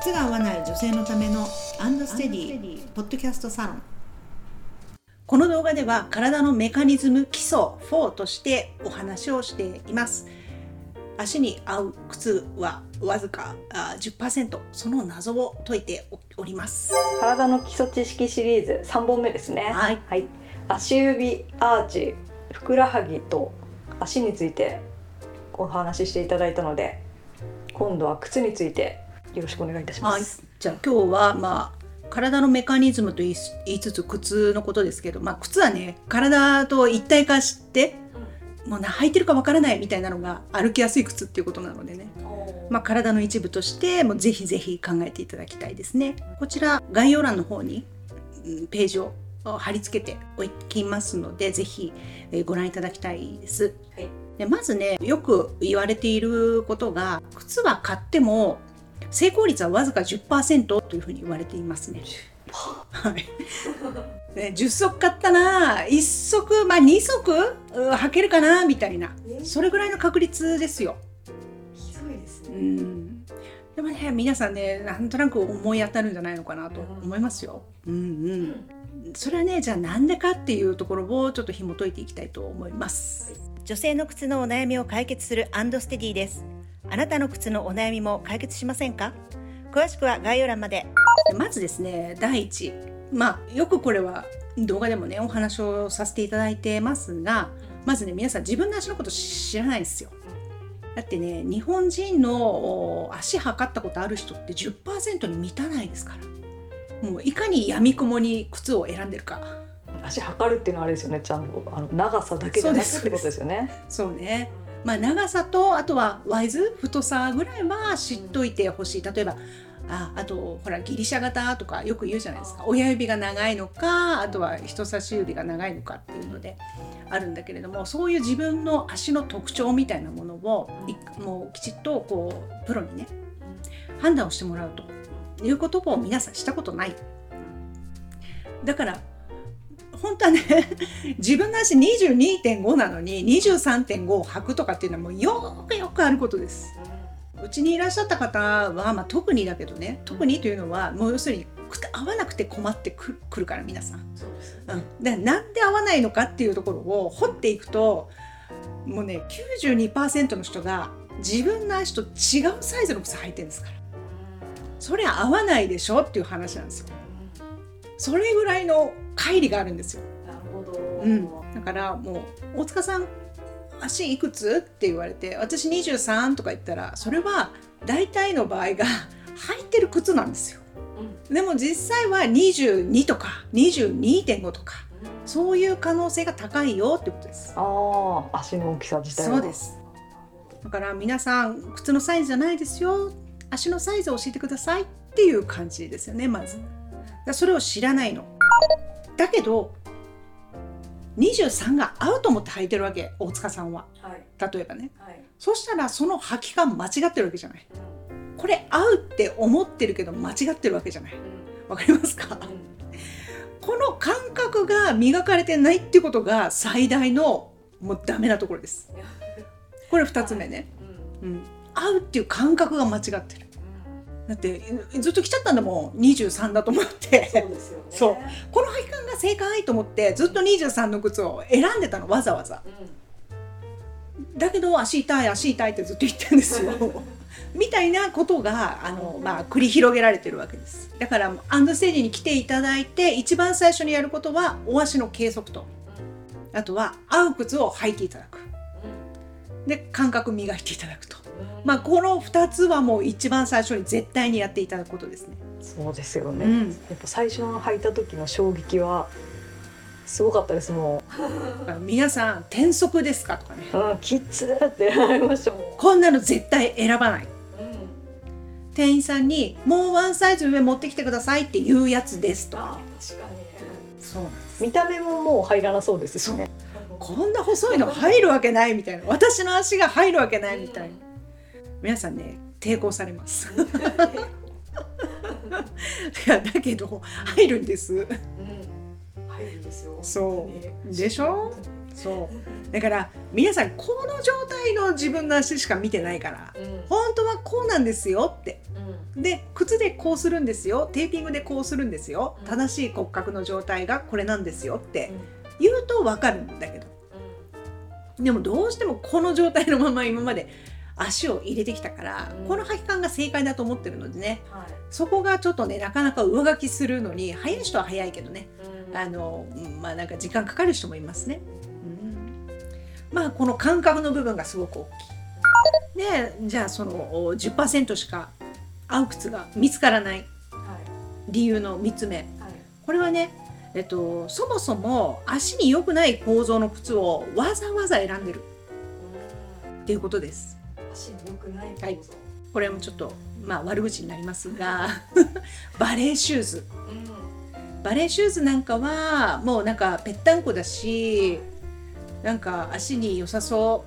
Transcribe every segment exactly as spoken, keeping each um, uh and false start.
靴が合わない女性のためのアンドステディポッドキャストサロン。この動画では体のメカニズム基礎フォーとしてお話をしています。足に合う靴はわずか じゅっパーセント、 その謎を解いております。 体の基礎知識シリーズさんぼんめですね。 はい、 はい、足指アーチ、ふくらはぎと足についてお話ししていただいたので、今度は靴についてよろしくお願いいたします。 はい、じゃあ今日はまあ体のメカニズムと言い、言いつつ靴のことですけど、まあ、靴はね体と一体化して、うん、もう履いてるかわからないみたいなのが歩きやすい靴っていうことなのでね、まあ、体の一部としてもうぜひぜひ考えていただきたいですね。こちら概要欄の方にページを貼り付けておきますので、ぜひご覧いただきたいです。はい、でまずね、よく言われていることが、靴は買っても成功率はわずか じゅっパーセント というふうに言われていますね。はい、ね、じゅっ足買ったな、いっ足、まあ、に足履けるかなみたいな、それぐらいの確率ですよ。 ひどいですね。 うん、でもね、皆さんね、なんとなく思い当たるんじゃないのかなと思いますよ。うんうん、それはね、じゃあなんでかっていうところをちょっと紐解いていきたいと思います。女性の靴のお悩みを解決するアンドステディです。あなたの靴のお悩みも解決しませんか？詳しくは概要欄まで。まずですね、第一、まあよくこれは動画でもねお話をさせていただいてますが、まずね、皆さん自分の足のこと知らないですよ。だってね、日本人の足測ったことある人って じゅっパーセント に満たないですから。もういかに闇雲に靴を選んでるか。 足測るっていうのはあれですよね、ちゃんとあの長さだけじゃなくってことですよね。 そうね、まあ、長さとあとはワイズ、太さぐらいは知っといてほしい。例えばあ, あとほらギリシャ型とかよく言うじゃないですか。親指が長いのか、あとは人差し指が長いのかっていうのであるんだけれども、そういう自分の足の特徴みたいなものをもうきちっとこうプロにね判断をしてもらうということを皆さんしたことない。だから本当はね自分の足 にじゅうにてんご なのに にじゅうさんてんご を履くとかっていうのはもうよくよくあることです。うちにいらっしゃった方は、まあ、特にだけどね、特にというのはもう要するに合わなくて困ってくるから皆さん。そうです、うん、でなんで合わないのかっていうところを掘っていくと、もうね きゅうじゅうにパーセント の人が自分の足と違うサイズの靴履いてるんですから、それ合わないでしょっていう話なんですよ。それぐらいの乖離があるんですよ。 なるほど、 うん、だからもう大塚さん足いくつって言われて、私にじゅうさんとか言ったら、それは大体の場合が履いてる靴なんですよ。うん、でも実際はにじゅうにとか にじゅうにてんご とか、うん、そういう可能性が高いよってことです。 ああ、足の大きさ自体は。 そうです。だから皆さん靴のサイズじゃないですよ、足のサイズを教えてくださいっていう感じですよね。まずだそれを知らないのだけど、にじゅうさんが合うと思って履いてるわけ、大塚さんは、はい、例えばね、はい、そしたらその履き感間違ってるわけじゃない、うん、これ合うって思ってるけど間違ってるわけじゃない。わ、うん、かりますか、うん、この感覚が磨かれてないっていうことが最大のもうダメなところです。これふたつめね、はいうんうん、合うっていう感覚が間違ってる。だってずっと来ちゃったんだもん、にじゅうさんだと思って。そうですよね。そうこの履き感が正解と思ってずっとにじゅうさんの靴を選んでたの、わざわざ、うん、だけど足痛い足痛いってずっと言ってるんですよみたいなことがあの、まあ、繰り広げられてるわけです。だからアンドステージに来ていただいて一番最初にやることはお足の計測と、あとは合う靴を履いていただく、で感覚磨いていただくと、まあ、このふたつはもう一番最初に絶対にやっていただくことですね。 そうですよね、うん、やっぱ最初の履いた時の衝撃はすごかったです。もう皆さん転足ですかとかね、 あきつーってなりましたもん。 こんなの絶対選ばない、うん、店員さんにもうワンサイズ上持ってきてくださいっていうやつですとか、ね、あ確かに、ね、そうなんです。 見た目ももう入らなそうですしね。 こんな細いの入るわけないみたいな、私の足が入るわけないみたいな、皆さんね抵抗されますいやだけど入るんです、うん、入るんですよ。そうでしょ。 そうだから皆さんこの状態の自分の足しか見てないから、うん、本当はこうなんですよって、うん、で靴でこうするんですよ、テーピングでこうするんですよ、うん、正しい骨格の状態がこれなんですよって言うと分かるんだけど、うん、でもどうしてもこの状態のまま今まで足を入れてきたから、うん、この履き感が正解だと思ってるのでね、はい、そこがちょっとねなかなか上書きするのに早い人は早いけどね、うん、あのまあなんか時間かかる人もいますね、うん、まあこの感覚の部分がすごく大きいで、じゃあその じゅっパーセント しか合う靴が見つからない理由のみっつめ、はい、これはね、えっと、そもそも足に良くない構造の靴をわざわざ選んでるっていうことです。 足に良くない構造、はい、 これもちょっと、まあ、悪口になりますがバレーシューズ、うん、バレーシューズなんかはもうなんかぺったんこだし、なんか足に良さそう、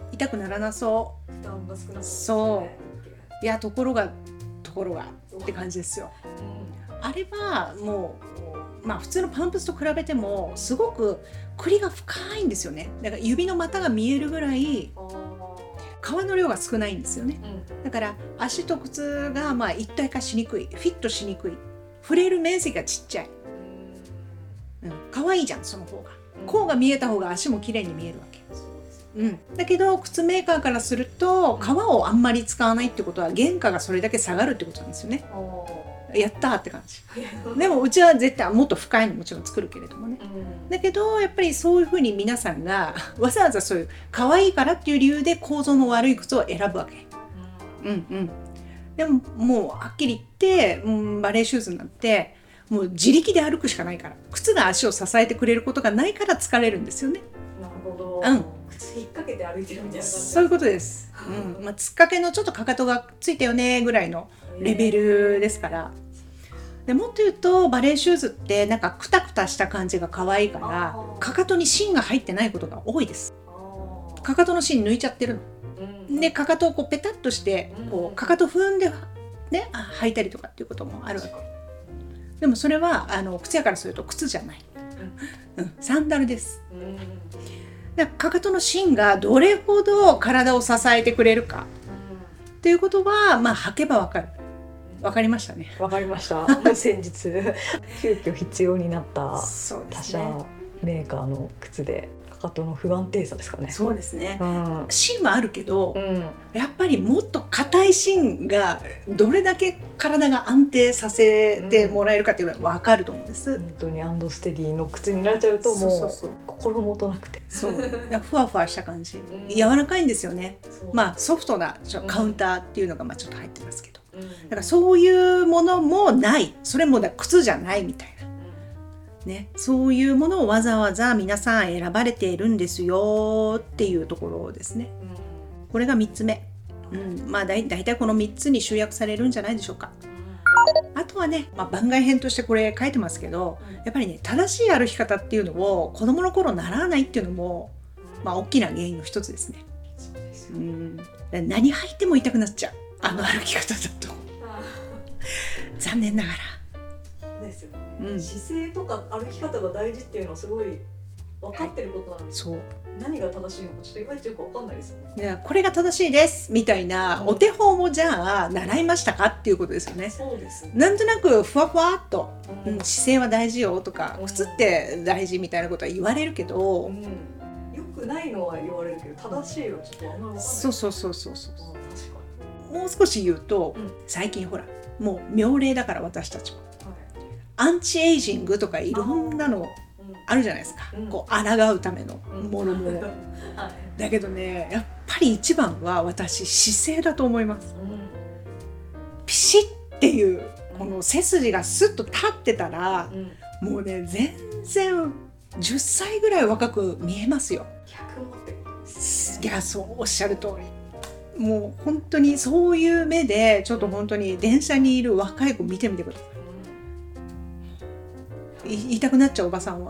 痛くならなそう、負担が少なそうですね。そういやところがところがって感じですよ、うん、あれはもう、まあ、普通のパンプスと比べてもすごくクリが深いんですよね。だから指の股が見えるぐらい皮の量が少ないんですよね、うん、だから足と靴がまあ一体化しにくい、フィットしにくい、触れる面積がちっちゃい、うん、可愛いじゃんその方が、甲が見えた方が足も綺麗に見えるわけ、うん、だけど靴メーカーからすると皮をあんまり使わないってことは原価がそれだけ下がるってことなんですよね。やったーって感じでもうちは絶対もっと深いのもちろん作るけれどもね、うん、だけどやっぱりそういうふうに皆さんがわざわざそういう可愛いからっていう理由で構造の悪い靴を選ぶわけ、うんうん、でももうはっきり言って、うん、バレーシューズなんてもう自力で歩くしかないから、靴が足を支えてくれることがないから疲れるんですよね。 なるほど、 うん、 靴引っ掛けて歩いてるみたいな感じ。 そういうことです、うんまあ、つっかけのちょっとかかとがついたよねぐらいのレベルですから。でもっと言うとバレーシューズってなんかクタクタした感じが可愛いからかかとに芯が入ってないことが多いです。かかとの芯抜いちゃってるの、うん、でかかとをこうペタッとしてこうかかと踏んで、ね、履いたりとかっていうこともあるわけ。でもそれはあの靴屋からすると靴じゃない、うん、サンダルです。だからかかとの芯がどれほど体を支えてくれるかっていうことはまあ履けばわかる。わかりましたね。 わかりました。先日急遽必要になった他社メーカーの靴でかかとの不安定さですかね。 そうですね、うん、芯はあるけど、うん、やっぱりもっと硬い芯がどれだけ体が安定させてもらえるかっていうのは分かると思うんです、うん、 本当にアンドステディの靴になっちゃうともうそうそうそう心もとなくて、 そうふわふわした感じ、うん、柔らかいんですよね。まあソフトなカウンターっていうのがまあちょっと入ってますけど、だからそういうものもない、それもだ靴じゃないみたいな、ね、そういうものをわざわざ皆さん選ばれているんですよっていうところですね。これがみっつめ、うん、まあだいたいこのみっつに集約されるんじゃないでしょうか。あとはね、まあ、番外編としてこれ書いてますけど、やっぱりね正しい歩き方っていうのを子供の頃習わないっていうのも、まあ、大きな原因の一つですね。うん、何履いても痛くなっちゃう、あの歩き方だと残念ながらですよね、うん、姿勢とか歩き方が大事っていうのはすごい分かってることなんですけど、はい、そう何が正しいのかちょっといまいちよく分かんないですよね。 いやこれが正しいですみたいな、うん、お手本をじゃあ習いましたかっていうことですよね。 そうですね。 なんとなくふわふわっと、うんうん、姿勢は大事よとか、うん、靴って大事みたいなことは言われるけど、うん、 よくないのは言われるけど正しいのはちょっとあんまり分かんない。 そうそうそうそうそう、確かに。もう少し言うと、うん、最近ほらもう妙齢だから私たちも、はい、アンチエイジングとかいろんなのあるじゃないですか、うん、こう抗うためのものもの、うんはい、だけどねやっぱり一番は私姿勢だと思います、うん、ピシッっていうこの背筋がスッと立ってたら、うん、もうね全然じゅっさいぐらい若く見えますよ。 逆もっていやそうおっしゃる通り、もう本当にそういう目でちょっと本当に電車にいる若い子見てみてください。言いたくなっちゃうおばさんは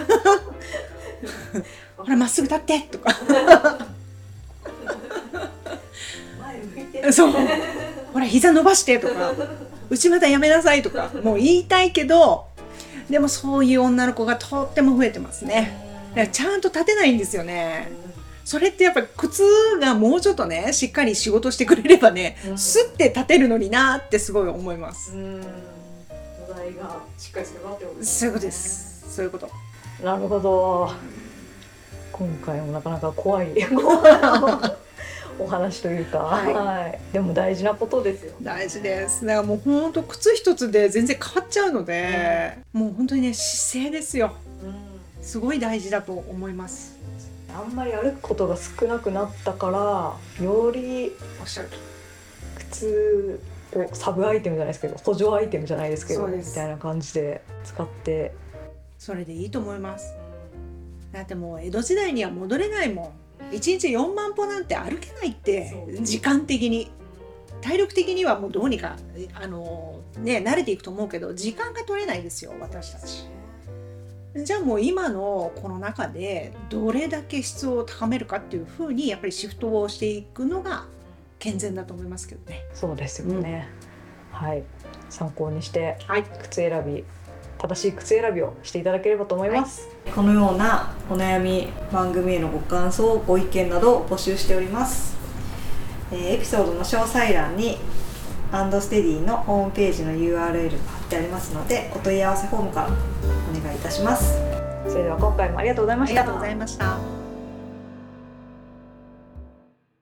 ほらまっすぐ立ってとか前向いてそうほら膝伸ばしてとか内股やめなさいとかもう言いたいけど、でもそういう女の子がとっても増えてますね。 からちゃんと立てないんですよね。それってやっぱり靴がもうちょっとねしっかり仕事してくれればね、うん、スッて立てるのになってすごい思います。うん、 土台がしっかりすればってことですね。 そういうことです。そういうこと。 なるほど。今回もなかなか怖いお話というか、はいはい、でも大事なことですよ。 大事です。だからもう本当靴一つで全然変わっちゃうので、うん、もう本当にね姿勢ですよ、うん、すごい大事だと思います。 あんまり歩くことが少なくなったからよりおっしゃる靴をサブアイテムじゃないですけど補助アイテムじゃないですけどみたいな感じで使ってそれでいいと思います。だってもう江戸時代には戻れないもん。いちにちよんまん歩なんて歩けないって、時間的に体力的にはもうどうにかあの、ね、慣れていくと思うけど時間が取れないですよ私たち。じゃあもう今のこの中でどれだけ質を高めるかっていうふうにやっぱりシフトをしていくのが健全だと思いますけどね。 そうですよね、うん、はい参考にして、 はい、 靴選び正しい靴選びをしていただければと思います、はい、このようなお悩み番組へのご感想ご意見などを募集しております、えー、エピソードの詳細欄にアンドステディのホームページの ユーアールエル が貼ってありますのでお問い合わせフォームからお願いいたします。それでは今回もありがとうございました。 ありがとうございました。